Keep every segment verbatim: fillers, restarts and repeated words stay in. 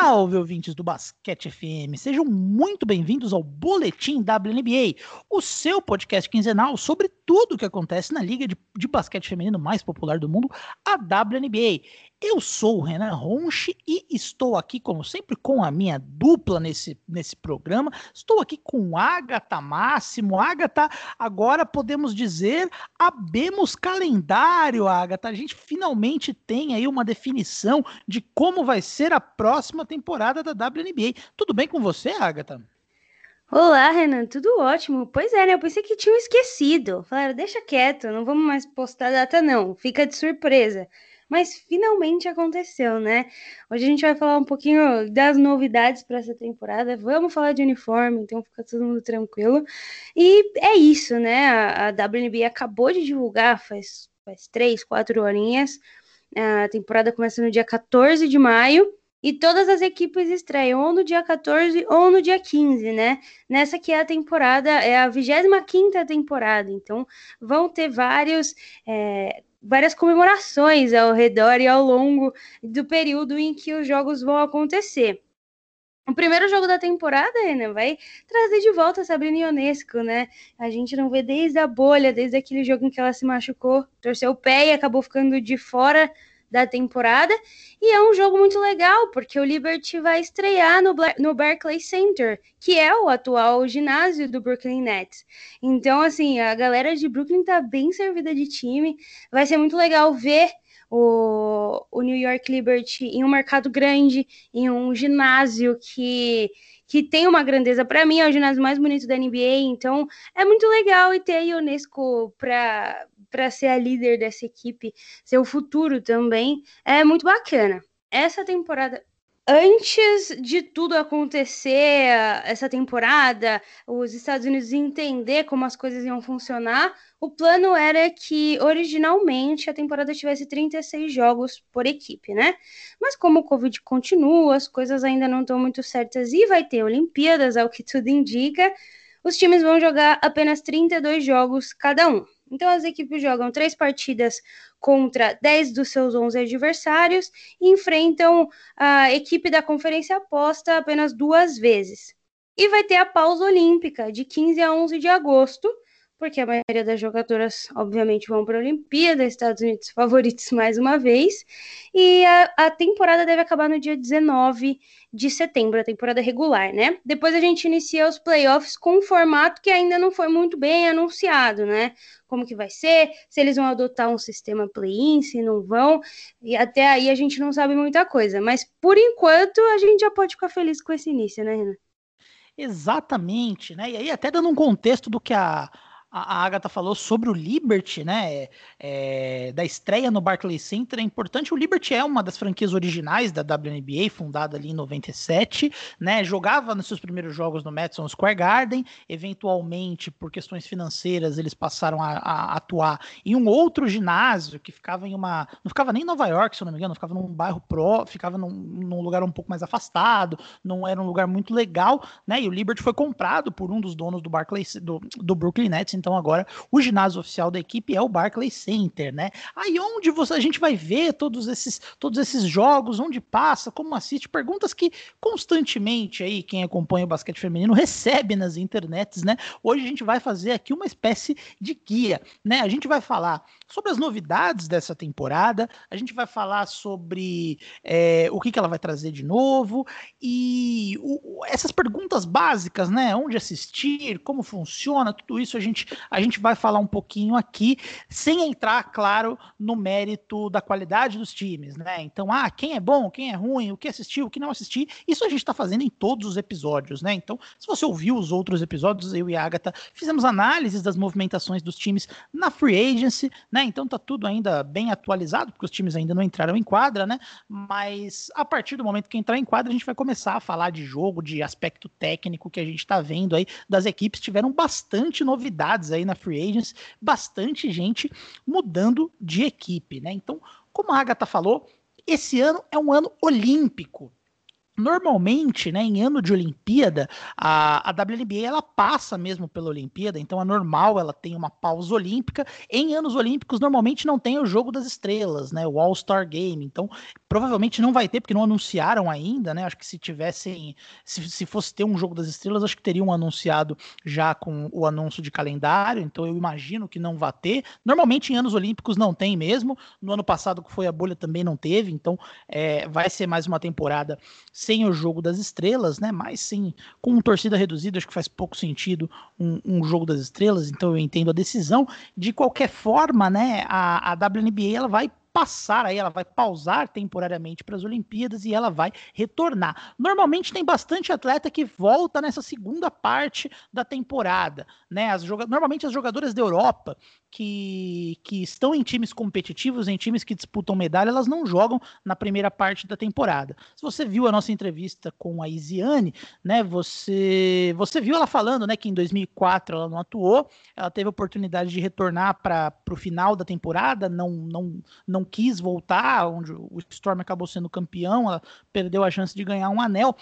Salve, ouvintes do Basquete F M! Sejam muito bem-vindos ao Boletim W N B A, o seu podcast quinzenal sobre tudo o que acontece na liga de, de basquete feminino mais popular do mundo, a W N B A. Eu sou o Renan Ronchi e estou aqui, como sempre, com a minha dupla nesse, nesse programa. Estou aqui com Agatha Máximo. Agatha, agora podemos dizer, abemos calendário, Agatha. A gente finalmente tem aí uma definição de como vai ser a próxima temporada da W N B A. Tudo bem com você, Agatha? Olá, Renan, tudo ótimo. Pois é, né? Eu pensei que tinham esquecido. Falaram, deixa quieto, não vamos mais postar data, não. Fica de surpresa. Mas finalmente aconteceu, né? Hoje a gente vai falar um pouquinho das novidades para essa temporada. Vamos falar de uniforme, então fica todo mundo tranquilo. E é isso, né? A, a W N B A acabou de divulgar faz, faz três, quatro horinhas. A temporada começa no dia quatorze de maio. E todas as equipes estreiam ou no dia quatorze ou no dia quinze, né? Nessa que é a temporada, é a vigésima quinta temporada. Então, vão ter vários, é, várias comemorações ao redor e ao longo do período em que os jogos vão acontecer. O primeiro jogo da temporada, né, vai trazer de volta a Sabrina Ionesco, né? A gente não vê desde a bolha, desde aquele jogo em que ela se machucou, torceu o pé e acabou ficando de fora da temporada, e é um jogo muito legal, porque o Liberty vai estrear no, no Barclays Center, que é o atual ginásio do Brooklyn Nets. Então, assim, a galera de Brooklyn tá bem servida de time, vai ser muito legal ver o, o New York Liberty em um mercado grande, em um ginásio que... que tem uma grandeza, para mim é o ginásio mais bonito da N B A, então é muito legal e ter a Ionesco para para ser a líder dessa equipe, ser o futuro também, é muito bacana. Essa temporada, antes de tudo acontecer, essa temporada, os Estados Unidos entender como as coisas iam funcionar, o plano era que, originalmente, a temporada tivesse trinta e seis jogos por equipe, né? Mas como o Covid continua, as coisas ainda não estão muito certas e vai ter Olimpíadas, ao que tudo indica, os times vão jogar apenas trinta e dois jogos cada um. Então, as equipes jogam três partidas contra dez dos seus onze adversários e enfrentam a equipe da Conferência Aposta apenas duas vezes. E vai ter a pausa olímpica, de quinze a onze de agosto, porque a maioria das jogadoras, obviamente, vão para a Olimpíada, Estados Unidos favoritos mais uma vez, e a, a temporada deve acabar no dia dezenove de setembro, a temporada regular, né? Depois a gente inicia os playoffs com um formato que ainda não foi muito bem anunciado, né? Como que vai ser, se eles vão adotar um sistema play-in, se não vão, e até aí a gente não sabe muita coisa, mas por enquanto a gente já pode ficar feliz com esse início, né, Renan? Exatamente, né? E aí, até dando um contexto do que a, a, a Agatha falou sobre o Liberty, né? É, da estreia no Barclays Center, é importante. O Liberty é uma das franquias originais da W N B A, fundada ali em noventa e sete, né? Jogava nos seus primeiros jogos no Madison Square Garden, eventualmente, por questões financeiras, eles passaram a, a atuar em um outro ginásio que ficava em uma. Não ficava nem em Nova York, se eu não me engano, ficava num bairro pró, ficava num, num lugar um pouco mais afastado, não era um lugar muito legal, né? E o Liberty foi comprado por um dos donos do Barclays, do, do Brooklyn Nets, então agora o ginásio oficial da equipe é o Barclays Center, né? Aí onde você, a gente vai ver todos esses, todos esses jogos, onde passa, como assiste, perguntas que constantemente aí quem acompanha o basquete feminino recebe nas internets, né? Hoje a gente vai fazer aqui uma espécie de guia, né? A gente vai falar sobre as novidades dessa temporada, a gente vai falar sobre é, o que, que ela vai trazer de novo e o, essas perguntas básicas, né? Onde assistir, como funciona, tudo isso a gente, a gente vai falar um pouquinho aqui, sem entrar, claro, no mérito da qualidade dos times, né? Então, ah, quem é bom, quem é ruim, o que assistiu, o que não assistir, isso a gente está fazendo em todos os episódios, né? Então, se você ouviu os outros episódios, eu e a Agatha fizemos análises das movimentações dos times na Free Agency, né? Então tá tudo ainda bem atualizado, porque os times ainda não entraram em quadra, né? Mas a partir do momento que entrar em quadra, a gente vai começar a falar de jogo, de aspecto técnico que a gente está vendo aí das equipes. Tiveram bastante novidades aí na Free Agents, bastante gente mudando de equipe, né? Então, como a Agatha falou, esse ano é um ano olímpico. Normalmente, né, em ano de Olimpíada, a, a W N B A ela passa mesmo pela Olimpíada, então é normal, ela tem uma pausa olímpica. Em anos olímpicos, normalmente não tem o jogo das estrelas, né, o All-Star Game. Então, provavelmente não vai ter, porque não anunciaram ainda, né? Acho que se tivessem, se, se fosse ter um jogo das estrelas, acho que teriam anunciado já com o anúncio de calendário. Então, eu imagino que não vai ter. Normalmente, em anos olímpicos não tem mesmo. No ano passado, que foi a bolha, também não teve. Então, é, vai ser mais uma temporada sem o jogo das estrelas, né? Mas sim, com torcida reduzida, acho que faz pouco sentido um, um jogo das estrelas, então eu entendo a decisão. De qualquer forma, né? A, a W N B A ela vai passar aí, ela vai pausar temporariamente para as Olimpíadas e ela vai retornar. Normalmente tem bastante atleta que volta nessa segunda parte da temporada, né? As joga Normalmente as jogadoras da Europa que, que estão em times competitivos, em times que disputam medalha, elas não jogam na primeira parte da temporada. Se você viu a nossa entrevista com a Isiane, né, você, você viu ela falando, né, que em dois mil e quatro ela não atuou, ela teve a oportunidade de retornar para o final da temporada, não, não, não quis voltar, onde o Storm acabou sendo campeão, ela perdeu a chance de ganhar um anel.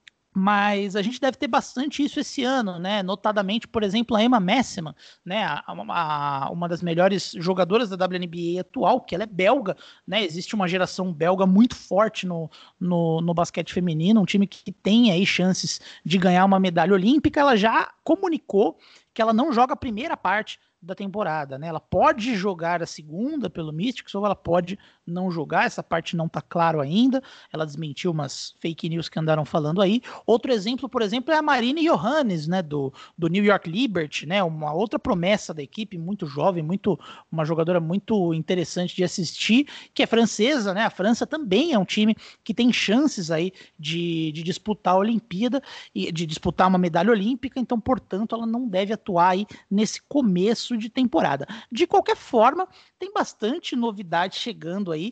Mas a gente deve ter bastante isso esse ano, né? Notadamente, por exemplo, a Emma Messman, né? A, a, uma das melhores jogadoras da W N B A atual, que ela é belga, né? Existe uma geração belga muito forte no, no, no basquete feminino, um time que tem aí chances de ganhar uma medalha olímpica. Ela já comunicou que ela não joga a primeira parte da temporada, né? Ela pode jogar a segunda pelo Mystics ou ela pode não jogar, essa parte não tá claro ainda. Ela desmentiu umas fake news que andaram falando aí. Outro exemplo, por exemplo, é a Marine Johannes, né, do, do New York Liberty, né, uma outra promessa da equipe, muito jovem, muito, uma jogadora muito interessante de assistir, que é francesa, né, a França também é um time que tem chances aí de, de disputar a Olimpíada, e de disputar uma medalha olímpica, então, portanto, ela não deve atuar aí nesse começo de temporada. De qualquer forma, tem bastante novidade chegando aí,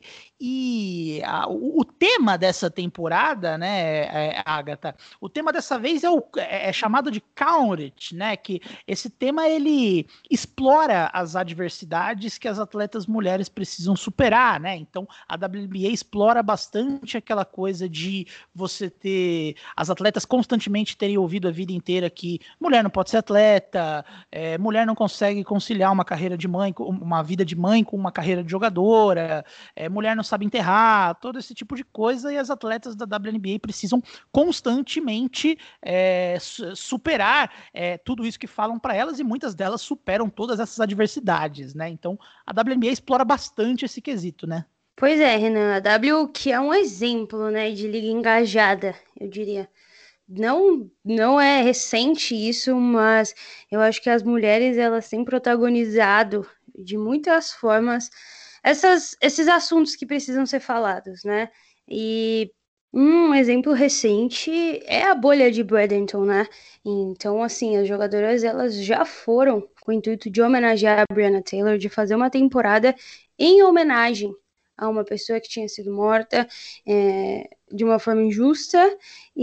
e a, o, o tema dessa temporada, né, é, Agatha, o tema dessa vez é, o, é, é chamado de Count, né? Que esse tema ele explora as adversidades que as atletas mulheres precisam superar, né? Então a W N B A explora bastante aquela coisa de você ter as atletas constantemente terem ouvido a vida inteira que mulher não pode ser atleta, é, mulher não consegue conciliar uma carreira de mãe, uma vida de mãe com uma carreira de jogadora, é, mulher não sabe enterrar, todo esse tipo de coisa, e as atletas da W N B A precisam constantemente é, superar é, tudo isso que falam para elas, e muitas delas superam todas essas adversidades, né? Então a W N B A explora bastante esse quesito, né? Pois é, Renan, a W que é um exemplo, né, de liga engajada, eu diria. Não, não é recente isso, mas eu acho que as mulheres elas têm protagonizado de muitas formas essas, esses assuntos que precisam ser falados, né? E um exemplo recente é a bolha de Bradenton, né? Então, assim, as jogadoras elas já foram com o intuito de homenagear a Breonna Taylor, de fazer uma temporada em homenagem a uma pessoa que tinha sido morta é, de uma forma injusta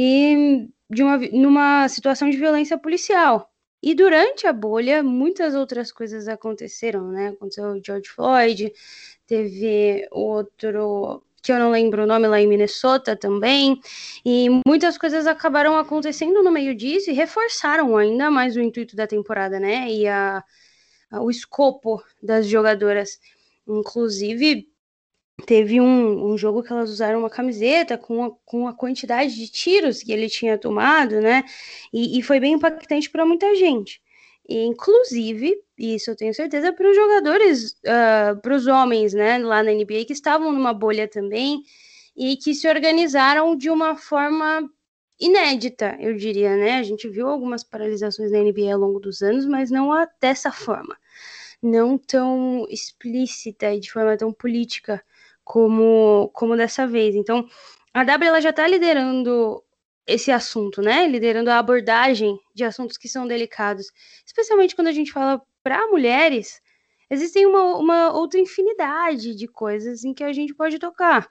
e de uma, numa situação de violência policial. E durante a bolha, muitas outras coisas aconteceram, né? Aconteceu o George Floyd, teve outro que eu não lembro o nome lá em Minnesota também, e muitas coisas acabaram acontecendo no meio disso e reforçaram ainda mais o intuito da temporada, né? E a, a, o escopo das jogadoras. Inclusive, teve um, um jogo que elas usaram uma camiseta com a, com a quantidade de tiros que ele tinha tomado, né? E, e foi bem impactante para muita gente. E, inclusive, isso eu tenho certeza, para os jogadores, uh, para os homens, né, lá na N B A, que estavam numa bolha também e que se organizaram de uma forma inédita, eu diria, né? A gente viu algumas paralisações na N B A ao longo dos anos, mas não a, dessa forma, não tão explícita e de forma tão política como, como dessa vez. Então, a W ela já está liderando esse assunto, né? Liderando a abordagem de assuntos que são delicados, especialmente quando a gente fala para mulheres. Existem uma, uma outra infinidade de coisas em que a gente pode tocar.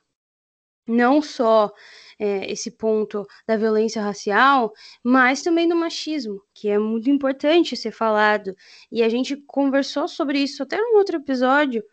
Não só é, esse ponto da violência racial, mas também do machismo, que é muito importante ser falado. E a gente conversou sobre isso até num outro episódio,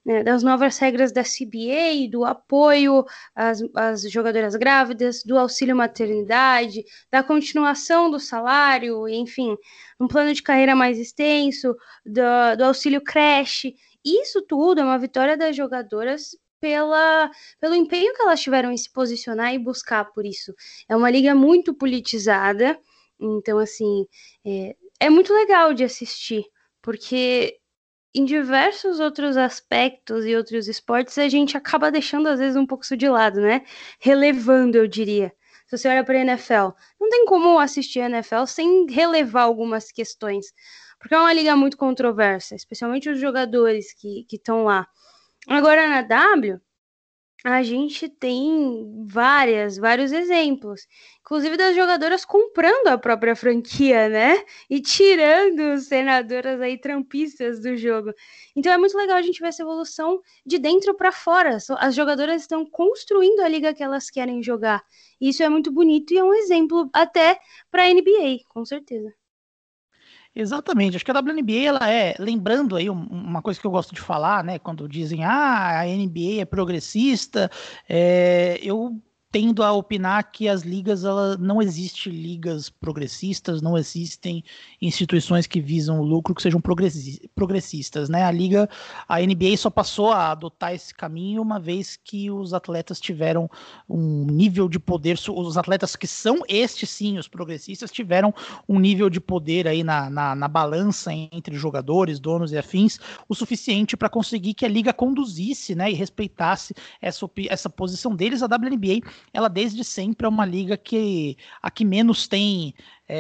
né, das novas regras da C B A, do apoio às, às jogadoras grávidas, do auxílio maternidade, da continuação do salário, enfim, um plano de carreira mais extenso, do, do auxílio creche. Isso tudo é uma vitória das jogadoras pela, pelo empenho que elas tiveram em se posicionar e buscar por isso. É uma liga muito politizada, então, assim, é, é muito legal de assistir, porque em diversos outros aspectos e outros esportes, a gente acaba deixando, às vezes, um pouco isso de lado, né? Relevando, eu diria. Se você olha para a N F L, não tem como assistir a N F L sem relevar algumas questões, porque é uma liga muito controversa, especialmente os jogadores que estão lá. Agora, na W, a gente tem várias, vários exemplos, inclusive das jogadoras comprando a própria franquia, né? E tirando senadoras aí trampistas do jogo. Então é muito legal a gente ver essa evolução de dentro para fora. As jogadoras estão construindo a liga que elas querem jogar. Isso é muito bonito e é um exemplo até para a N B A, com certeza. Exatamente, acho que a W N B A, ela é, lembrando aí um, uma coisa que eu gosto de falar, né, quando dizem, ah, a N B A é progressista, é, eu tendo a opinar que as ligas, ela, não existe ligas progressistas, não existem instituições que visam o lucro que sejam progressi progressistas, né, a liga, a N B A só passou a adotar esse caminho uma vez que os atletas tiveram um nível de poder, os atletas que são estes sim, os progressistas, tiveram um nível de poder aí na, na, na balança entre jogadores, donos e afins, o suficiente para conseguir que a liga conduzisse, né, e respeitasse essa, essa posição deles. A W N B A, ela desde sempre é uma liga que a que menos tem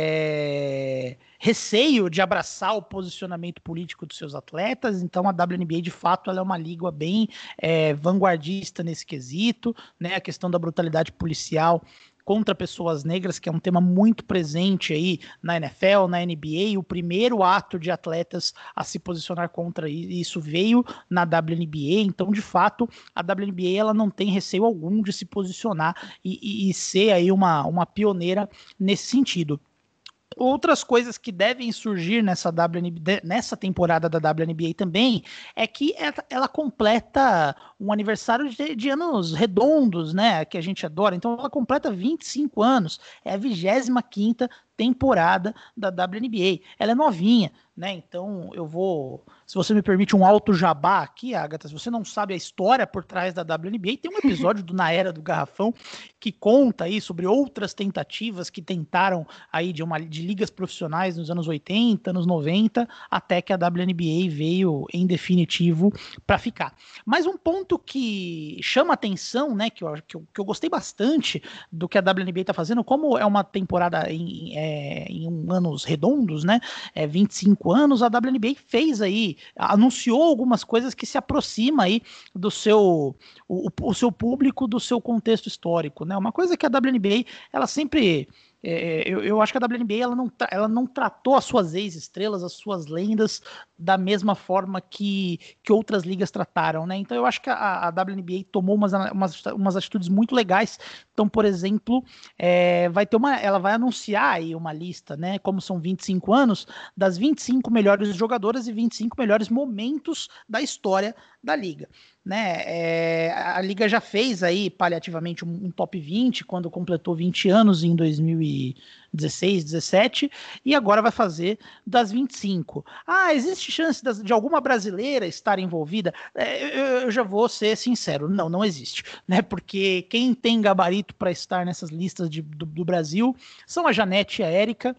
é, receio de abraçar o posicionamento político dos seus atletas, então a W N B A de fato ela é uma liga bem é, vanguardista nesse quesito, né, a questão da brutalidade policial contra pessoas negras, que é um tema muito presente aí na N F L, na N B A, e o primeiro ato de atletas a se posicionar contra isso veio na W N B A, então de fato a W N B A ela não tem receio algum de se posicionar e, e, e ser aí uma, uma pioneira nesse sentido. Outras coisas que devem surgir nessa, W N B A, nessa temporada da W N B A também é que ela, ela completa um aniversário de, de anos redondos, né? Que a gente adora. Então ela completa vinte e cinco anos. É a vigésima quinta temporada da W N B A. Ela é novinha, né? Então eu vou, se você me permite um alto jabá aqui, Agatha, se você não sabe a história por trás da W N B A, tem um episódio do Na Era do Garrafão que conta aí sobre outras tentativas que tentaram aí de uma de ligas profissionais nos anos oitenta, anos noventa, até que a W N B A veio em definitivo para ficar. Mas um ponto que chama atenção, né, que eu, que eu, que eu gostei bastante do que a W N B A está fazendo, como é uma temporada em, é, em um, anos redondos, né, é, vinte e cinco anos, a W N B A fez aí, anunciou algumas coisas que se aproxima aí do seu, o, o seu público, do seu contexto histórico, né, uma coisa que a W N B A, ela sempre... É, eu, eu acho que a W N B A ela não, ela não tratou as suas ex-estrelas, as suas lendas, da mesma forma que, que outras ligas trataram, né? Então eu acho que a, a W N B A tomou umas, umas, umas atitudes muito legais. Então, por exemplo, é, vai ter uma, ela vai anunciar aí uma lista, né? Como são vinte e cinco anos, das vinte e cinco melhores jogadoras e vinte e cinco melhores momentos da história da liga. Né, é, a Liga já fez aí paliativamente um, um top vinte quando completou vinte anos em dois mil e dezesseis, dezessete, e agora vai fazer das vinte e cinco. Ah, existe chance das, de alguma brasileira estar envolvida? É, eu, eu já vou ser sincero, não, não existe, né? Porque quem tem gabarito para estar nessas listas de, do, do Brasil são a Janete e a Érica.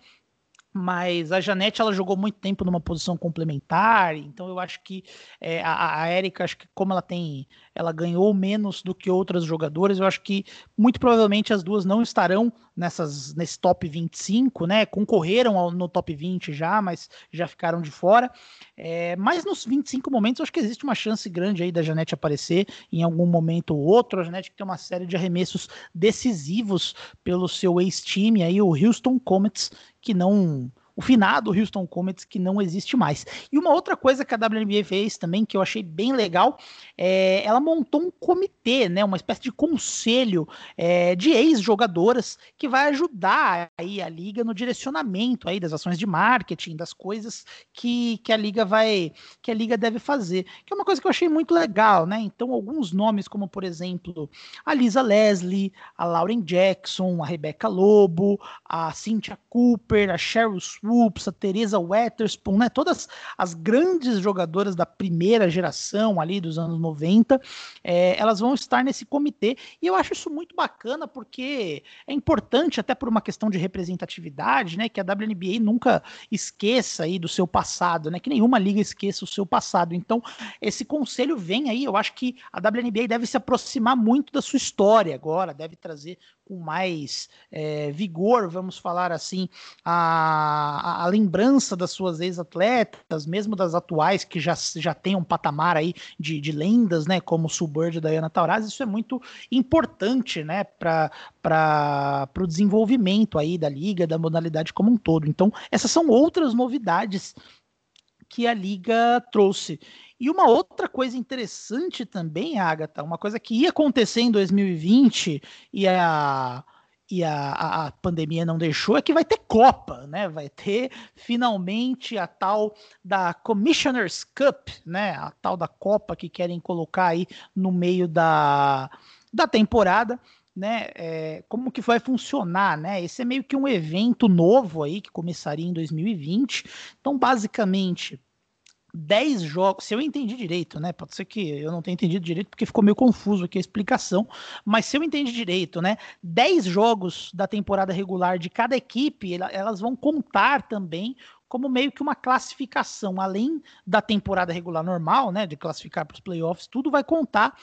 Mas a Janete, ela jogou muito tempo numa posição complementar, então eu acho que é, a, a Érica, acho que como ela tem, ela ganhou menos do que outras jogadoras, eu acho que muito provavelmente as duas não estarão nessas, nesse top vinte e cinco, né, concorreram ao, no top vinte já, mas já ficaram de fora, é, mas nos vinte e cinco momentos eu acho que existe uma chance grande aí da Janete aparecer em algum momento ou outro. A Janete tem uma série de arremessos decisivos pelo seu ex-time aí, o Houston Comets, que não o finado Houston Comets, que não existe mais. E uma outra coisa que a W N B A fez também, que eu achei bem legal, é, ela montou um comitê, né, uma espécie de conselho é, de ex-jogadoras que vai ajudar aí a liga no direcionamento aí das ações de marketing, das coisas que, que a liga vai, que a liga deve fazer, que é uma coisa que eu achei muito legal, né? Então, alguns nomes como, por exemplo, a Lisa Leslie, a Lauren Jackson, a Rebecca Lobo, a Cynthia Cooper, a Cheryl Swoops, a Teresa Weatherspoon, né? Todas as grandes jogadoras da primeira geração ali dos anos noventa, é, elas vão estar nesse comitê, e eu acho isso muito bacana, porque é importante, até por uma questão de representatividade, né? Que a W N B A nunca esqueça aí do seu passado, né? Que nenhuma liga esqueça o seu passado. Então, esse conselho vem aí, eu acho que a W N B A deve se aproximar muito da sua história agora, deve trazer com mais é, vigor, vamos falar assim, a, a, a lembrança das suas ex-atletas, mesmo das atuais, que já, já tem um patamar aí de, de lendas, né, como o Suburb da Diana Taurasi. Isso é muito importante, né, para o desenvolvimento aí da liga, da modalidade como um todo. Então, essas são outras novidades que a liga trouxe. E uma outra coisa interessante também, Agatha, uma coisa que ia acontecer em dois mil e vinte e a, e a, a, a pandemia não deixou, é que vai ter Copa, né? Vai ter finalmente a tal da Commissioner's Cup, né? A tal da Copa que querem colocar aí no meio da, da temporada. Né, é, como que vai funcionar, né? Esse é meio que um evento novo aí que começaria em dois mil e vinte. Então, basicamente, dez jogos, se eu entendi direito, né? Pode ser que eu não tenha entendido direito, porque ficou meio confuso aqui a explicação, mas se eu entendi direito, né? dez jogos da temporada regular de cada equipe, elas vão contar também como meio que uma classificação, além da temporada regular normal, né? De classificar para os playoffs, tudo vai contar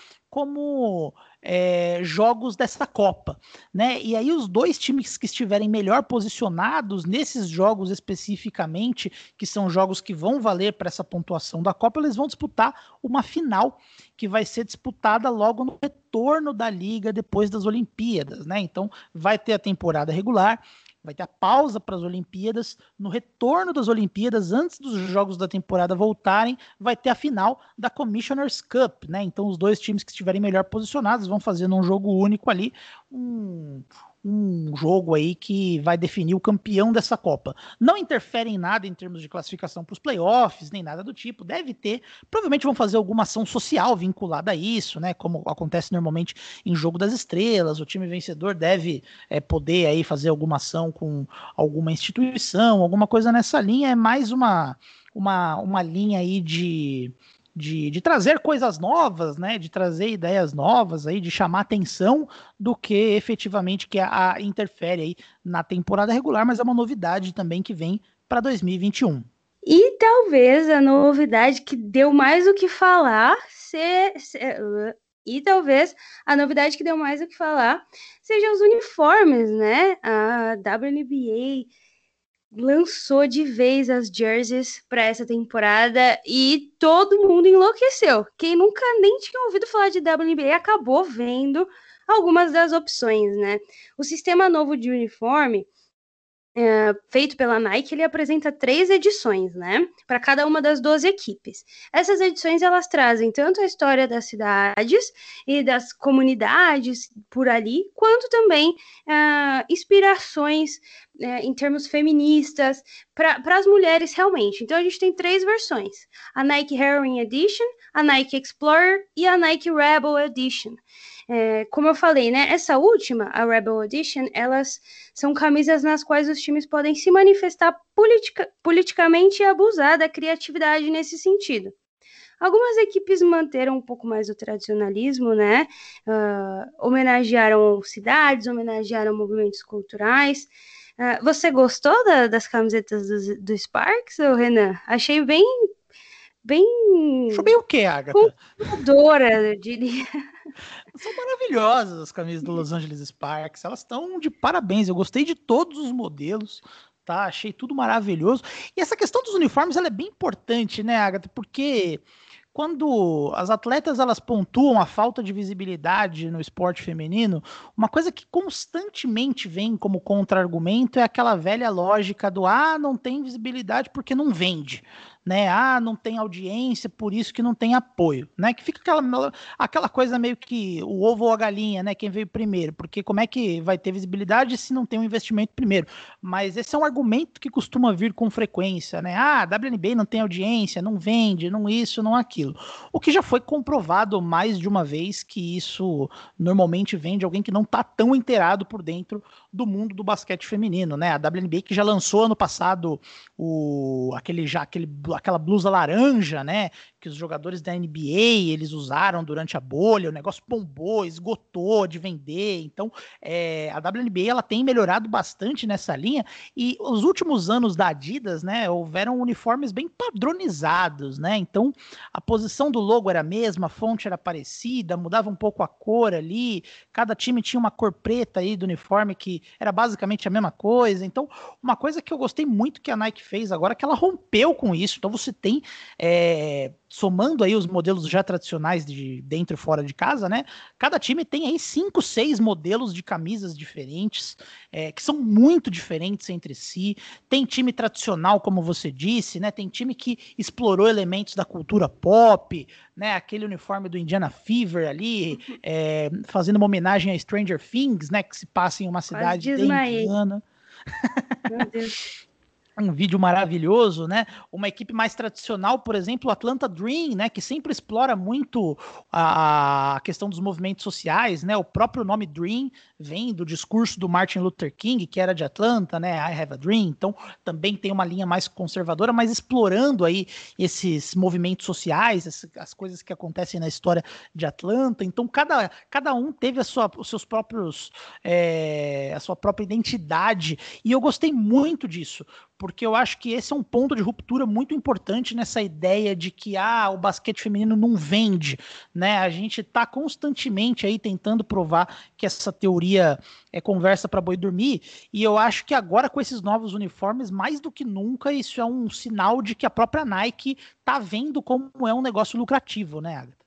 como é, jogos dessa Copa, né? E aí os dois times que estiverem melhor posicionados nesses jogos especificamente, que são jogos que vão valer para essa pontuação da Copa, eles vão disputar uma final que vai ser disputada logo no retorno da liga depois das Olimpíadas, né? Então vai ter a temporada regular, vai ter a pausa para as Olimpíadas, no retorno das Olimpíadas, antes dos jogos da temporada voltarem, vai ter a final da Commissioner's Cup, né? Então os dois times que estiverem melhor posicionados vão fazer num jogo único ali um, um jogo aí que vai definir o campeão dessa Copa. Não interfere em nada em termos de classificação para os playoffs, nem nada do tipo. Deve ter, provavelmente vão fazer alguma ação social vinculada a isso, né? Como acontece normalmente em Jogo das Estrelas. O time vencedor deve é, poder aí fazer alguma ação com alguma instituição, alguma coisa nessa linha. É mais uma, uma, uma linha aí de De, de trazer coisas novas, né, de trazer ideias novas aí, de chamar atenção, do que efetivamente que a, a interfere aí na temporada regular, mas é uma novidade também que vem para dois mil e vinte e um. E talvez a novidade que deu mais o que falar se, se, e talvez a novidade que deu mais o que falar seja os uniformes, né? A W N B A lançou de vez as jerseys para essa temporada e todo mundo enlouqueceu. Quem nunca nem tinha ouvido falar de W N B A acabou vendo algumas das opções, né? O sistema novo de uniforme, é, feito pela Nike, ele apresenta três edições, né? Para cada uma das doze equipes. Essas edições, elas trazem tanto a história das cidades e das comunidades por ali, quanto também uh, inspirações uh, em termos feministas para as mulheres realmente. Então, a gente tem três versões. A Nike Heroine Edition, a Nike Explorer e a Nike Rebel Edition. É, como eu falei, né, essa última, a Rebel Edition, elas são camisas nas quais os times podem se manifestar politica, politicamente e abusar da criatividade nesse sentido. Algumas equipes manteram um pouco mais o tradicionalismo, né, uh, homenagearam cidades, homenagearam movimentos culturais. Uh, você gostou da, das camisetas do, do Sparks, Renan? Achei bem... bem... Achou bem o quê, Agatha? Conservadora, eu diria. São maravilhosas as camisas do Los Angeles Sparks, elas estão de parabéns, eu gostei de todos os modelos, tá? Achei tudo maravilhoso. E essa questão dos uniformes, ela é bem importante, né, Agatha? Porque quando as atletas elas pontuam a falta de visibilidade no esporte feminino, uma coisa que constantemente vem como contra-argumento é aquela velha lógica do ah, não tem visibilidade porque não vende, né? Ah, não tem audiência, por isso que não tem apoio, né? Que fica aquela, aquela coisa meio que o ovo ou a galinha, né? Quem veio primeiro, porque como é que vai ter visibilidade se não tem um investimento primeiro? Mas esse é um argumento que costuma vir com frequência, né? Ah, a W N B A não tem audiência, não vende, não isso, não aquilo. O que já foi comprovado mais de uma vez que isso normalmente vem de alguém que não está tão inteirado por dentro do mundo do basquete feminino, né? A W N B A que já lançou ano passado o, aquele, já, aquele, aquela blusa laranja, né? Que os jogadores da N B A eles usaram durante a bolha, o negócio bombou, esgotou de vender. Então, é, a W N B A ela tem melhorado bastante nessa linha e os últimos anos da Adidas, né? Houveram uniformes bem padronizados, né? Então, a posição do logo era a mesma, a fonte era parecida, mudava um pouco a cor ali, cada time tinha uma cor preta aí do uniforme que era basicamente a mesma coisa. Então, uma coisa que eu gostei muito que a Nike fez agora é que ela rompeu com isso. Então, você tem, é, somando aí os modelos já tradicionais de dentro e fora de casa, né? Cada time tem aí cinco, seis modelos de camisas diferentes, é, que são muito diferentes entre si. Tem time tradicional, como você disse, né? Tem time que explorou elementos da cultura pop, né? Aquele uniforme do Indiana Fever ali, é, fazendo uma homenagem a Stranger Things, né? Que se passa em uma Quase cidade de desmaiei. Indiana. Meu Deus. Um vídeo maravilhoso, né? Uma equipe mais tradicional, por exemplo, o Atlanta Dream, né? Que sempre explora muito a, a questão dos movimentos sociais, né? O próprio nome Dream vem do discurso do Martin Luther King, que era de Atlanta, né? I have a Dream. Então, também tem uma linha mais conservadora, mas explorando aí esses movimentos sociais, as, as coisas que acontecem na história de Atlanta. Então, cada, cada um teve a sua, os seus próprios, é, a sua própria identidade. E eu gostei muito disso, porque eu acho que esse é um ponto de ruptura muito importante nessa ideia de que ah, o basquete feminino não vende, né? A gente está constantemente aí tentando provar que essa teoria é conversa para boi dormir, e eu acho que agora com esses novos uniformes, mais do que nunca, isso é um sinal de que a própria Nike tá vendo como é um negócio lucrativo, né, Agatha?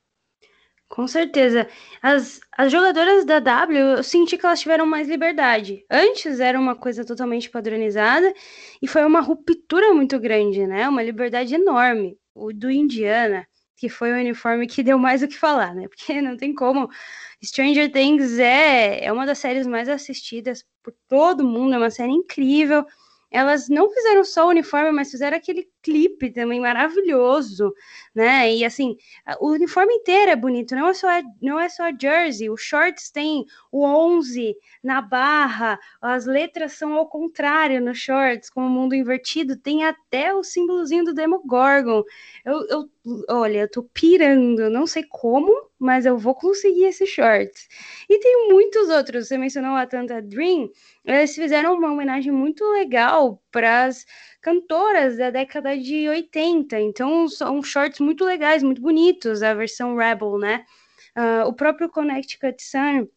Com certeza. As, as jogadoras da W, eu senti que elas tiveram mais liberdade. Antes era uma coisa totalmente padronizada e foi uma ruptura muito grande, né? Uma liberdade enorme. O do Indiana, que foi o uniforme que deu mais o que falar, né? Porque não tem como. Stranger Things é, é uma das séries mais assistidas por todo mundo, é uma série incrível. Elas não fizeram só o uniforme, mas fizeram aquele clipe também maravilhoso, né? E assim, o uniforme inteiro é bonito, não é só não é só a jersey, os shorts tem o onze na barra, as letras são ao contrário nos shorts, com o mundo invertido, tem até o símbolozinho do Demogorgon. Eu, eu, olha, eu tô pirando, não sei como, mas eu vou conseguir esses shorts. E tem muitos outros, você mencionou a Atlanta Dream, eles fizeram uma homenagem muito legal para as cantoras da década de oitenta, então são shorts muito legais, muito bonitos, a versão Rebel, né? Uh, o próprio Connecticut Sun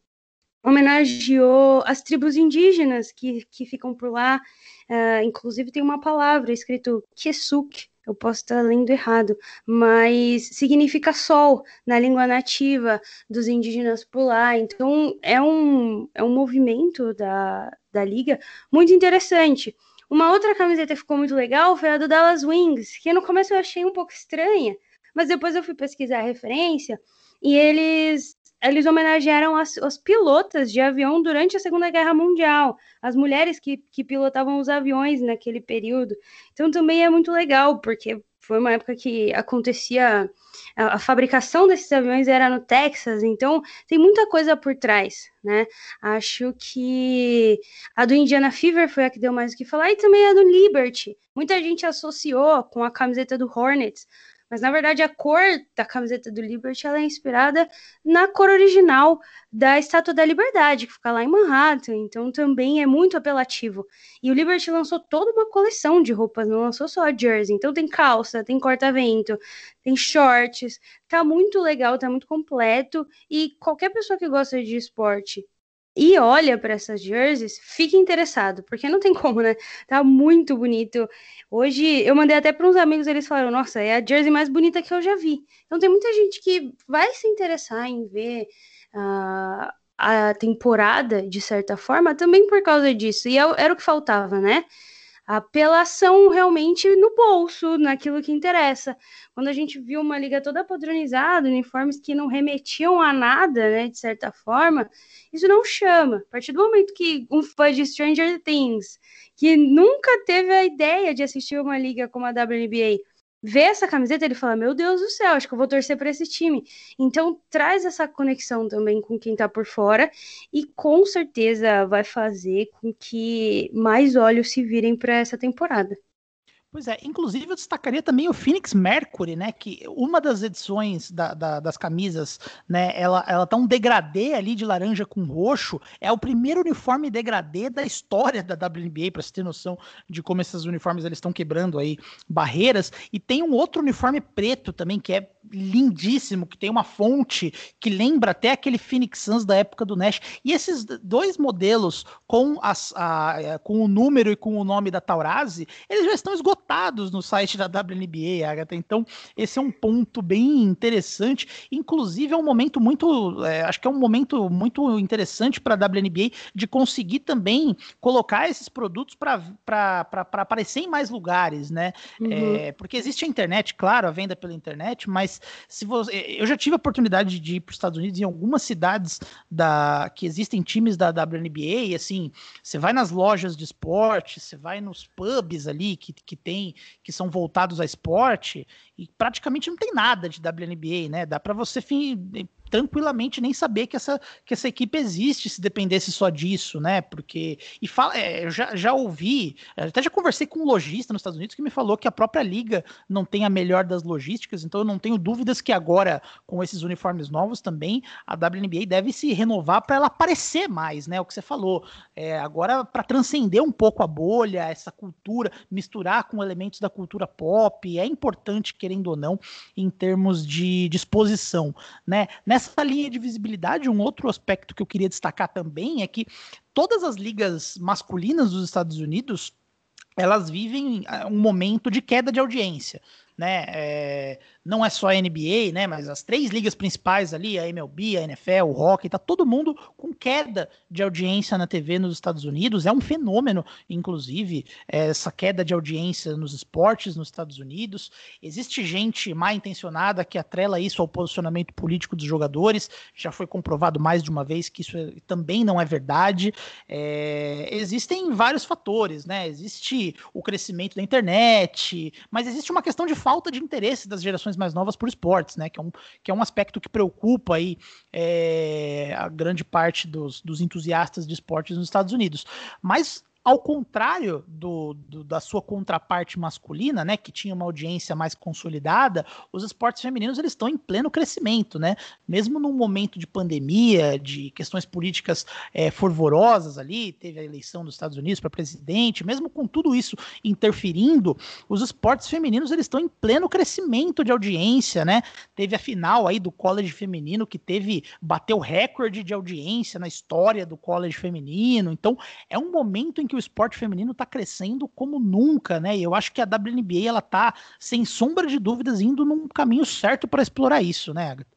homenageou as tribos indígenas que, que ficam por lá, uh, inclusive tem uma palavra escrito Kesuk, eu posso estar lendo errado, mas significa sol na língua nativa dos indígenas por lá. Então é um, é um movimento da, da liga muito interessante. Uma outra camiseta que ficou muito legal foi a do Dallas Wings, que no começo eu achei um pouco estranha, mas depois eu fui pesquisar a referência e eles eles homenagearam as, as pilotas de avião durante a Segunda Guerra Mundial, as mulheres que, que pilotavam os aviões naquele período. Então também é muito legal, porque foi uma época que acontecia, a, a fabricação desses aviões era no Texas, então tem muita coisa por trás, né? Acho que a do Indiana Fever foi a que deu mais o que falar, e também a do Liberty. Muita gente associou com a camiseta do Hornets, mas na verdade a cor da camiseta do Liberty ela é inspirada na cor original da Estátua da Liberdade, que fica lá em Manhattan, então também é muito apelativo. E o Liberty lançou toda uma coleção de roupas, não lançou só a jersey, então tem calça, tem corta-vento, tem shorts, tá muito legal, tá muito completo, e qualquer pessoa que gosta de esporte e olha para essas jerseys, fica interessado, porque não tem como, né? Tá muito bonito. Hoje eu mandei até para uns amigos, eles falaram: nossa, é a jersey mais bonita que eu já vi. Então tem muita gente que vai se interessar em ver uh, a temporada, de certa forma, também por causa disso. E é- era o que faltava, né? Apelação realmente no bolso, naquilo que interessa. Quando a gente viu uma liga toda padronizada, uniformes que não remetiam a nada, né, de certa forma, isso não chama. A partir do momento que um fã de Stranger Things, que nunca teve a ideia de assistir uma liga como a W N B A, vê essa camiseta, ele fala: meu Deus do céu, acho que eu vou torcer para esse time. Então traz essa conexão também com quem tá por fora e com certeza vai fazer com que mais olhos se virem para essa temporada. Pois é, inclusive eu destacaria também o Phoenix Mercury, né, que uma das edições da, da, das camisas, né, ela, ela tá um degradê ali de laranja com roxo, é o primeiro uniforme degradê da história da W N B A, para você ter noção de como esses uniformes eles estão quebrando aí barreiras, e tem um outro uniforme preto também, que é lindíssimo, que tem uma fonte que lembra até aquele Phoenix Suns da época do Nash, e esses dois modelos com, as, a, com o número e com o nome da Taurasi, eles já estão esgotados no site da W N B A, Agatha. Então, esse é um ponto bem interessante. Inclusive, é um momento muito. É, acho que é um momento muito interessante para a W N B A de conseguir também colocar esses produtos para aparecer em mais lugares, né? Uhum. É, porque existe a internet, claro, a venda pela internet, mas se você. Eu já tive a oportunidade de ir para os Estados Unidos em algumas cidades da, que existem times da W N B A, e assim, você vai nas lojas de esporte, você vai nos pubs ali que, que tem, que são voltados a esporte, e praticamente não tem nada de W N B A, né? Dá para você fim, tranquilamente nem saber que essa, que essa equipe existe se dependesse só disso, né? Porque. E fala, é, eu já, já ouvi, até já conversei com um lojista nos Estados Unidos que me falou que a própria liga não tem a melhor das logísticas, então eu não tenho dúvidas que agora, com esses uniformes novos também, a W N B A deve se renovar para ela aparecer mais, né? O que você falou. É, agora, para transcender um pouco a bolha, essa cultura, misturar com elementos da cultura pop, é importante, querendo ou não, em termos de disposição, né? Nessa linha de visibilidade, um outro aspecto que eu queria destacar também é que todas as ligas masculinas dos Estados Unidos, elas vivem um momento de queda de audiência, né? É, não é só a N B A, né? Mas as três ligas principais ali, a M L B, a N F L, o hockey, tá todo mundo com queda de audiência na T V nos Estados Unidos. É um fenômeno, inclusive, essa queda de audiência nos esportes nos Estados Unidos. Existe gente mal intencionada que atrela isso ao posicionamento político dos jogadores. Já foi comprovado mais de uma vez que isso é, também não é verdade. É, existem vários fatores, né? Existe o crescimento da internet, mas existe uma questão de falta de interesse das gerações mais novas por esportes, né? Que é um, que é um aspecto que preocupa aí é, a grande parte dos, dos entusiastas de esportes nos Estados Unidos. Mas ao contrário do, do, da sua contraparte masculina, né, que tinha uma audiência mais consolidada, os esportes femininos eles estão em pleno crescimento, né? Mesmo num momento de pandemia, de questões políticas é, fervorosas ali, teve a eleição dos Estados Unidos para presidente, mesmo com tudo isso interferindo, os esportes femininos eles estão em pleno crescimento de audiência, né? Teve a final aí do college feminino que teve bateu recorde de audiência na história do college feminino. Então é um momento em que o esporte feminino está crescendo como nunca, né? E eu acho que a W N B A ela tá, sem sombra de dúvidas, indo num caminho certo para explorar isso, né, Agatha?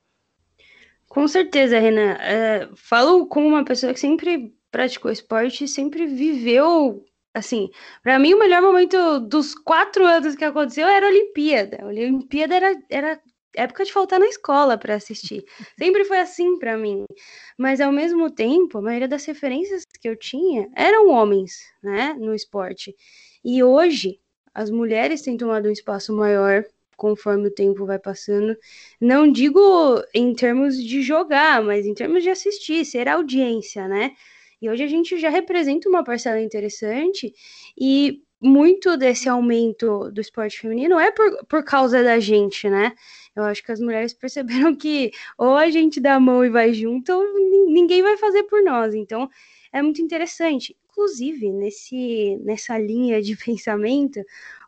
Com certeza, Renan. É, falo como uma pessoa que sempre praticou esporte, sempre viveu. Assim, para mim, o melhor momento dos quatro anos que aconteceu era a Olimpíada. A Olimpíada era, era época de faltar na escola para assistir. Sempre foi assim para mim. Mas, ao mesmo tempo, a maioria das referências que eu tinha eram homens, né, no esporte. E hoje, as mulheres têm tomado um espaço maior conforme o tempo vai passando. Não digo em termos de jogar, mas em termos de assistir, ser audiência, né? E hoje a gente já representa uma parcela interessante e muito desse aumento do esporte feminino é por, por causa da gente, né? Eu acho que as mulheres perceberam que ou a gente dá a mão e vai junto, ou ninguém vai fazer por nós. Então, é muito interessante. Inclusive, nesse, nessa linha de pensamento,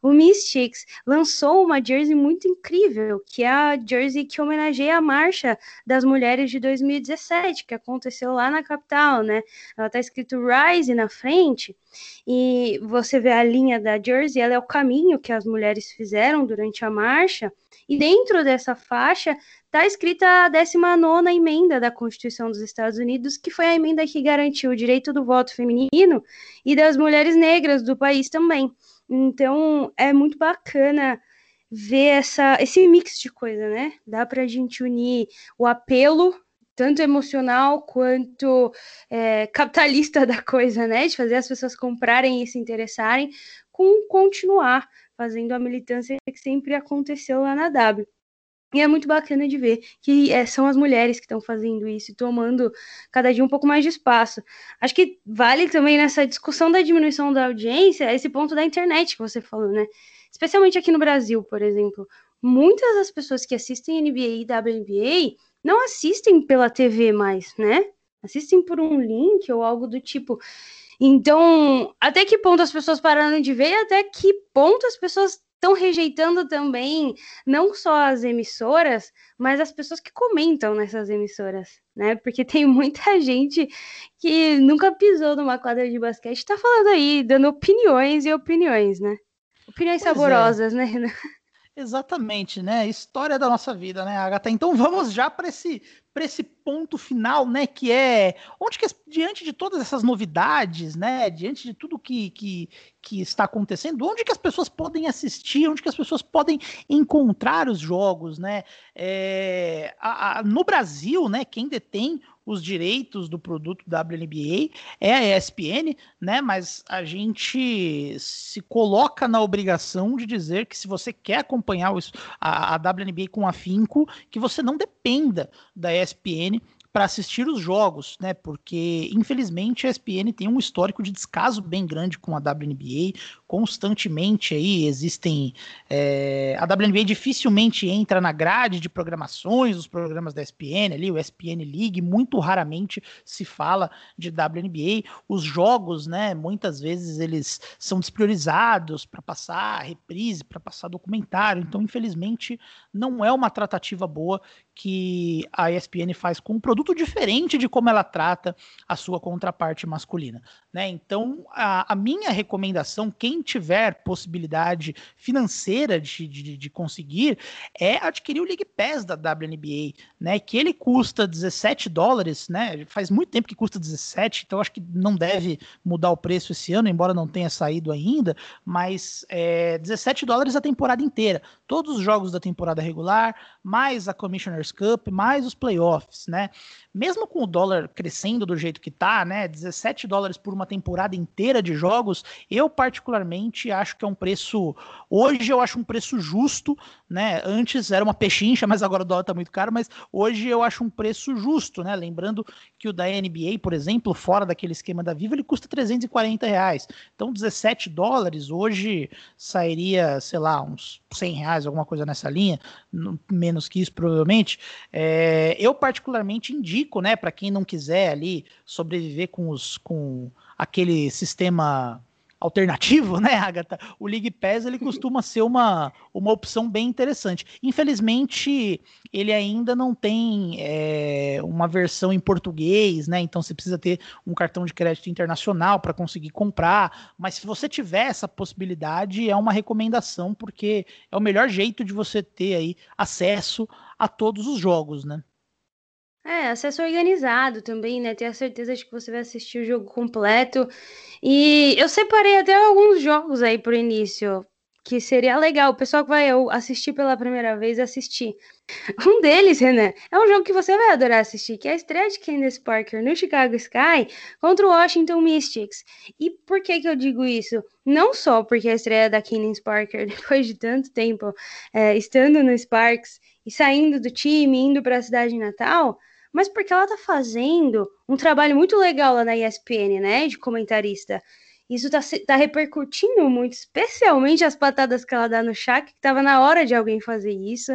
o Mystics lançou uma jersey muito incrível, que é a jersey que homenageia a marcha das mulheres de dois mil e dezessete, que aconteceu lá na capital, né? Ela tá escrito Rise na frente, e você vê a linha da jersey, ela é o caminho que as mulheres fizeram durante a marcha, e dentro dessa faixa está escrita a décima nona emenda da Constituição dos Estados Unidos, que foi a emenda que garantiu o direito do voto feminino e das mulheres negras do país também. Então, é muito bacana ver essa, esse mix de coisa, né? Dá para a gente unir o apelo, tanto emocional quanto é, capitalista da coisa, né? De fazer as pessoas comprarem e se interessarem, com continuar fazendo a militância que sempre aconteceu lá na W. E é muito bacana de ver que é, são as mulheres que estão fazendo isso e tomando cada dia um pouco mais de espaço. Acho que vale também nessa discussão da diminuição da audiência esse ponto da internet que você falou, né? Especialmente aqui no Brasil, por exemplo. Muitas das pessoas que assistem N B A e W N B A não assistem pela T V mais, né? Assistem por um link ou algo do tipo. Então, até que ponto as pessoas pararam de ver e até que ponto as pessoas estão rejeitando também não só as emissoras, mas as pessoas que comentam nessas emissoras, né? Porque tem muita gente que nunca pisou numa quadra de basquete e tá falando aí, dando opiniões e opiniões, né? Opiniões Pois saborosas, é. né? Exatamente, né? História da nossa vida, né, Agatha? Então vamos já para esse, para esse ponto final, né? Que é onde que, diante de todas essas novidades, né? Diante de tudo que, que, que está acontecendo, onde que as pessoas podem assistir, onde que as pessoas podem encontrar os jogos, né? É, a, a, no Brasil, né? Quem detém os direitos do produto W N B A é a E S P N, né? Mas a gente se coloca na obrigação de dizer que se você quer acompanhar os, a, a W N B A com afinco, que você não dependa da E S P N para assistir os jogos, né? Porque infelizmente a E S P N tem um histórico de descaso bem grande com a W N B A. Constantemente aí existem é, a W N B A dificilmente entra na grade de programações dos programas da E S P N ali, o E S P N League, muito raramente se fala de W N B A. Os jogos, né? Muitas vezes eles são despriorizados para passar reprise, para passar documentário. Então, infelizmente, não é uma tratativa boa que a E S P N faz com um produto diferente de como ela trata a sua contraparte masculina, né? Então, a, a minha recomendação, quem tiver possibilidade financeira de, de, de conseguir, é adquirir o League Pass da W N B A, né? Que ele custa dezessete dólares, né? Faz muito tempo que custa dezessete, então acho que não deve mudar o preço esse ano, embora não tenha saído ainda, mas é, dezessete dólares a temporada inteira. Todos os jogos da temporada regular, mais a Commissioner's Cup, mais os playoffs, né? Mesmo com o dólar crescendo do jeito que tá, né? dezessete dólares por uma temporada inteira de jogos, eu particularmente acho que é um preço, hoje eu acho um preço justo, né? Antes era uma pechincha, mas agora o dólar tá muito caro, mas hoje eu acho um preço justo, né? Lembrando que o da N B A, por exemplo, fora daquele esquema da Vivo, ele custa trezentos e quarenta reais. Então dezessete dólares hoje sairia, sei lá, uns cem reais, alguma coisa nessa linha, menos que isso provavelmente. É, eu particularmente indico, né, para quem não quiser ali sobreviver com, os, com aquele sistema alternativo, né, Agatha? O League Pass ele costuma ser uma, uma opção bem interessante. Infelizmente, ele ainda não tem é, uma versão em português, né? Então você precisa ter um cartão de crédito internacional para conseguir comprar. Mas se você tiver essa possibilidade, é uma recomendação, porque é o melhor jeito de você ter aí acesso a todos os jogos, né? É, acesso organizado também, né? Ter a certeza de que você vai assistir o jogo completo. E eu separei até alguns jogos aí pro início, que seria legal. O pessoal que vai assistir pela primeira vez, assistir. Um deles, Renan, é um jogo que você vai adorar assistir, que é a estreia de Candace Parker no Chicago Sky contra o Washington Mystics. E por que que eu digo isso? Não só porque a estreia da Candace Parker, depois de tanto tempo é, estando no Sparks e saindo do time, indo para a cidade natal, mas porque ela tá fazendo um trabalho muito legal lá na E S P N, né, de comentarista. Isso tá, tá repercutindo muito, especialmente as patadas que ela dá no Shaq, que tava na hora de alguém fazer isso.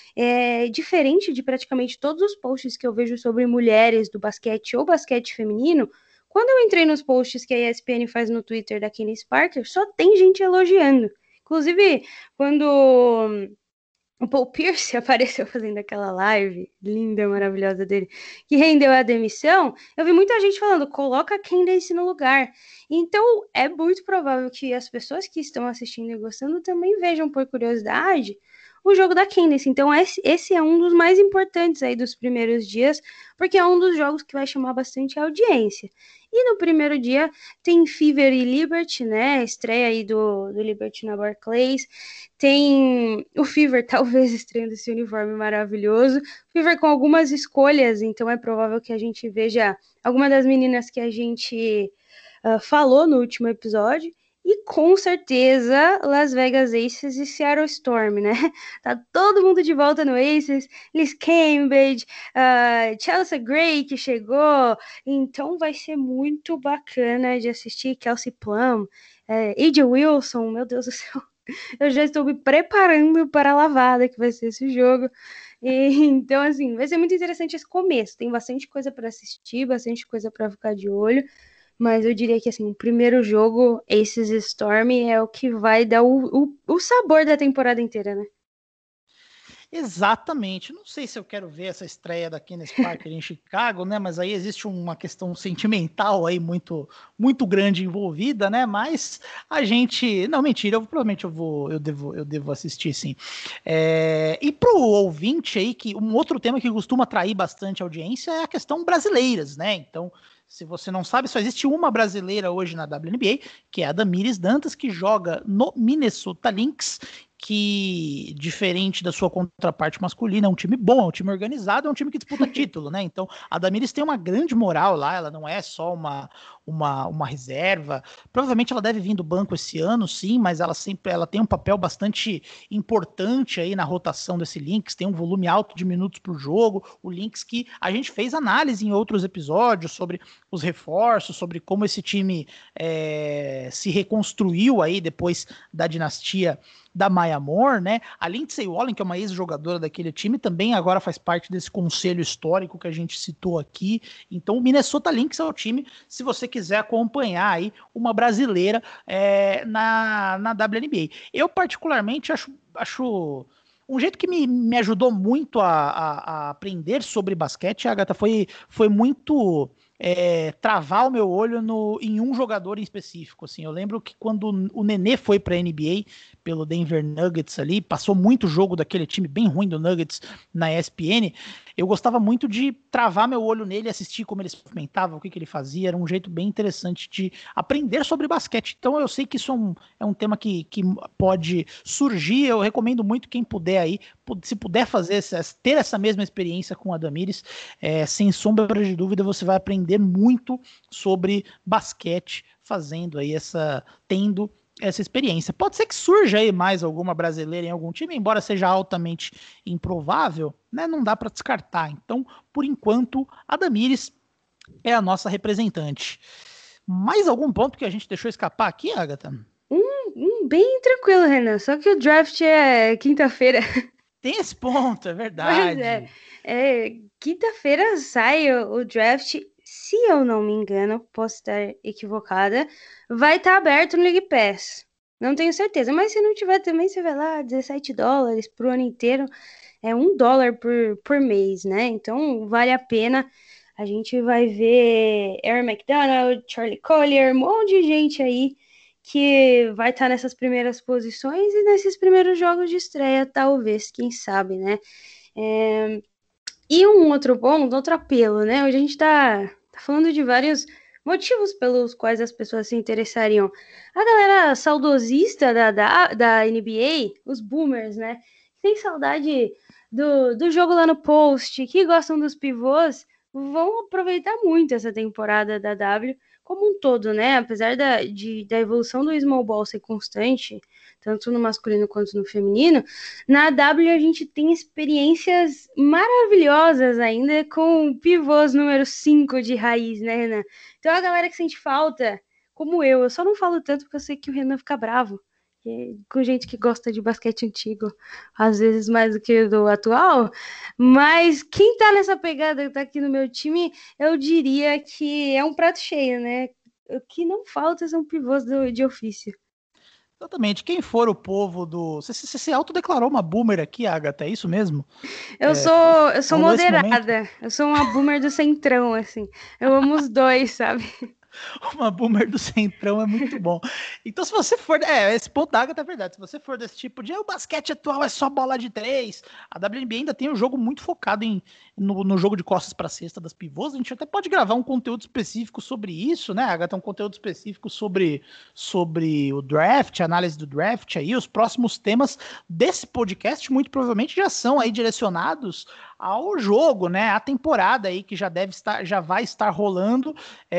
É diferente de praticamente todos os posts que eu vejo sobre mulheres do basquete ou basquete feminino. Quando eu entrei nos posts que a E S P N faz no Twitter da Candace Parker, só tem gente elogiando. Inclusive, quando o Paul Pierce apareceu fazendo aquela live linda, maravilhosa dele, que rendeu a demissão, eu vi muita gente falando, coloca a Candace no lugar. Então, é muito provável que as pessoas que estão assistindo e gostando também vejam, por curiosidade, o jogo da Candace. Então, esse é um dos mais importantes aí dos primeiros dias, porque é um dos jogos que vai chamar bastante audiência. E no primeiro dia tem Fever e Liberty, né? Estreia aí do, do Liberty na Barclays. Tem o Fever, talvez estreando esse uniforme maravilhoso. Fever com algumas escolhas, então é provável que a gente veja alguma das meninas que a gente uh, falou no último episódio. E com certeza Las Vegas Aces e Seattle Storm, né? Tá todo mundo de volta no Aces. Liz Cambridge, uh, Chelsea Gray que chegou. Então vai ser muito bacana de assistir. Kelsey Plum, uh, A J Wilson, meu Deus do céu. Eu já estou me preparando para a lavada que vai ser esse jogo. E, então, assim, vai ser muito interessante esse começo. Tem bastante coisa para assistir, bastante coisa para ficar de olho. Mas eu diria que, assim, o primeiro jogo, Aces Storm, é o que vai dar o, o, o sabor da temporada inteira, né? Exatamente. Não sei se eu quero ver essa estreia da Candace Parker em Chicago, né? Mas aí existe uma questão sentimental aí muito, muito grande envolvida, né? Mas a gente, não, mentira. Eu provavelmente eu vou, eu devo, eu devo assistir, sim. É... E pro ouvinte aí que um outro tema que costuma atrair bastante audiência é a questão brasileiras, né? Então, se você não sabe, só existe uma brasileira hoje na W N B A, que é a Damiris Dantas, que joga no Minnesota Lynx, que, diferente da sua contraparte masculina, é um time bom, é um time organizado, é um time que disputa título, né? Então, a Damiris tem uma grande moral lá, ela não é só uma, uma, uma reserva. Provavelmente ela deve vir do banco esse ano, sim, mas ela sempre ela tem um papel bastante importante aí na rotação desse Lynx, tem um volume alto de minutos por jogo, o Lynx que a gente fez análise em outros episódios sobre os reforços, sobre como esse time é, se reconstruiu aí depois da dinastia da Maya Moore, né? A Lindsay Wallen, que é uma ex-jogadora daquele time, também agora faz parte desse conselho histórico que a gente citou aqui. Então, o Minnesota Lynx é o time, se você quiser acompanhar aí uma brasileira é, na, na W N B A. Eu, particularmente, acho, acho um jeito que me, me ajudou muito a, a, a aprender sobre basquete, Agatha, foi, foi muito... É, travar o meu olho no, em um jogador em específico. Assim, eu lembro que quando o Nenê foi para a N B A pelo Denver Nuggets ali, passou muito jogo daquele time bem ruim do Nuggets na E S P N, eu gostava muito de travar meu olho nele, assistir como ele se movimentava, o que, que ele fazia, era um jeito bem interessante de aprender sobre basquete. Então eu sei que isso é um, é um tema que, que pode surgir, eu recomendo muito quem puder aí, se puder fazer, ter essa mesma experiência com a Damiris, é, sem sombra de dúvida você vai aprender muito sobre basquete fazendo aí essa, tendo essa experiência. Pode ser que surja aí mais alguma brasileira em algum time, embora seja altamente improvável, né? Não dá para descartar. Então, por enquanto, a Damiris é a nossa representante. Mais algum ponto que a gente deixou escapar aqui, Agatha? Um, um bem tranquilo, Renan. Só que o draft é quinta-feira. Tem esse ponto, é verdade. Pois é. é quinta-feira sai o, o draft. Se eu não me engano, posso estar equivocada, vai estar aberto no League Pass. Não tenho certeza, mas se não tiver também, você vai lá, dezessete dólares pro ano inteiro, é um dólar por, por mês, né? Então vale a pena. A gente vai ver Aaron McDonald, Charlie Collier, um monte de gente aí que vai estar nessas primeiras posições e nesses primeiros jogos de estreia, talvez, quem sabe, né? É... E um outro ponto, outro apelo, né? Hoje a gente tá, tá falando de vários motivos pelos quais as pessoas se interessariam. A galera saudosista da, da, da N B A, os boomers, né? Tem saudade do, do jogo lá no post, que gostam dos pivôs, vão aproveitar muito essa temporada da W como um todo, né? Apesar da, de, da evolução do small ball ser constante, tanto no masculino quanto no feminino, na W a gente tem experiências maravilhosas ainda com pivôs número cinco de raiz, né, Renan? Então a galera que sente falta, como eu, eu só não falo tanto porque eu sei que o Renan fica bravo, com gente que gosta de basquete antigo, às vezes mais do que do atual, mas quem tá nessa pegada, tá aqui no meu time, eu diria que é um prato cheio, né? O que não falta são pivôs do, de ofício. Exatamente. Quem for o povo do... Você, você se autodeclarou uma boomer aqui, Agatha, é isso mesmo? Eu É, sou, eu sou rolou esse momento? moderada. Eu sou uma boomer do centrão, assim. Eu amo os dois, sabe? Uma boomer do Centrão é muito bom. Então, se você for. É, esse ponto da Agatha é verdade. Se você for desse tipo de. "Ah, o basquete atual é só bola de três." A W N B A ainda tem um jogo muito focado em, no, no jogo de costas para cesta das pivôs. A gente até pode gravar um conteúdo específico sobre isso, né, Agatha? Um conteúdo específico sobre, sobre o draft, a análise do draft aí. Os próximos temas desse podcast, muito provavelmente, já são aí direcionados ao jogo, né? A temporada aí que já deve estar, já vai estar rolando.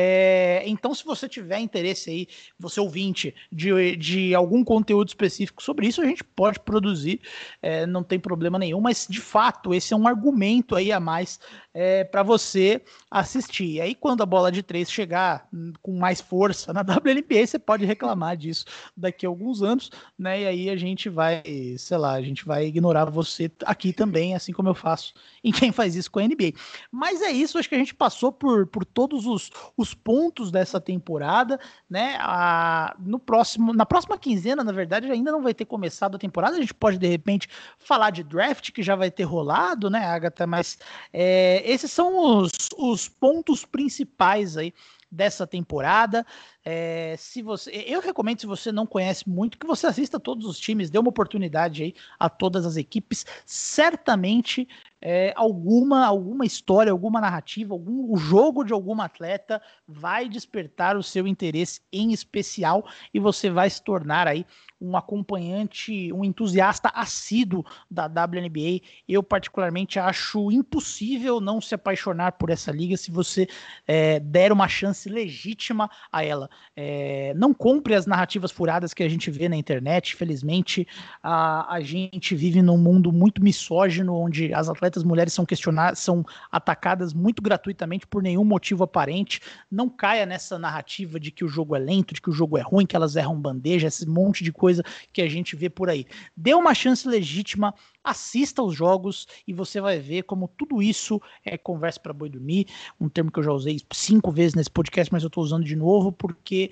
É, então, se você tiver interesse aí, você ouvinte, de, de algum conteúdo específico sobre isso, a gente pode produzir, é, não tem problema nenhum, mas de fato, esse é um argumento aí a mais é, para você assistir. E aí, quando a bola de três chegar com mais força na W N B A, você pode reclamar disso daqui a alguns anos, né? E aí a gente vai, sei lá, a gente vai ignorar você aqui também, assim como eu faço em quem faz isso com a N B A. Mas é isso, acho que a gente passou por, por todos os, os pontos dessa temporada, né? A, no próximo, na próxima quinzena, na verdade, ainda não vai ter começado a temporada. A gente pode, de repente, falar de draft, que já vai ter rolado, né, Agatha? Mas é, esses são os, os pontos principais aí dessa temporada. É, se você, eu recomendo, se você não conhece muito, que você assista todos os times, dê uma oportunidade aí a todas as equipes. Certamente é, alguma, alguma história, alguma narrativa, algum o jogo de algum atleta vai despertar o seu interesse em especial e você vai se tornar aí um acompanhante, um entusiasta assíduo da W N B A. Eu particularmente acho impossível não se apaixonar por essa liga se você é, der uma chance legítima a ela. É, não compre as narrativas furadas que a gente vê na internet. Felizmente, a, a gente vive num mundo muito misógino, onde as atletas mulheres são questionadas, são atacadas muito gratuitamente por nenhum motivo aparente. Não caia nessa narrativa de que o jogo é lento, de que o jogo é ruim, que elas erram bandeja, esse monte de coisa que a gente vê por aí. Dê uma chance legítima, assista aos jogos e você vai ver como tudo isso é conversa para boi dormir, um termo que eu já usei cinco vezes nesse podcast, mas eu estou usando de novo porque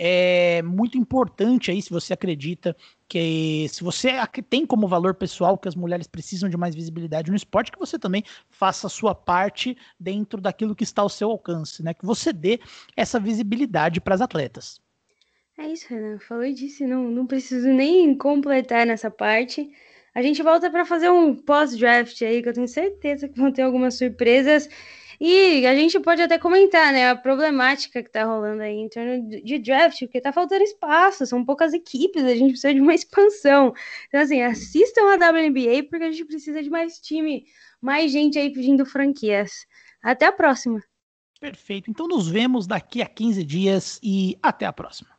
é muito importante aí, se você acredita que se você tem como valor pessoal que as mulheres precisam de mais visibilidade no esporte, que você também faça a sua parte dentro daquilo que está ao seu alcance, né? Que você dê essa visibilidade para as atletas. É isso, Renan. Falou e disse, não, não preciso nem completar nessa parte. A gente volta para fazer um pós-draft aí, que eu tenho certeza que vão ter algumas surpresas. E a gente pode até comentar, né, a problemática que tá rolando aí em torno de draft, porque tá faltando espaço, são poucas equipes, a gente precisa de uma expansão. Então, assim, assistam a W N B A, porque a gente precisa de mais time, mais gente aí pedindo franquias. Até a próxima! Perfeito. Então nos vemos daqui a quinze dias e até a próxima.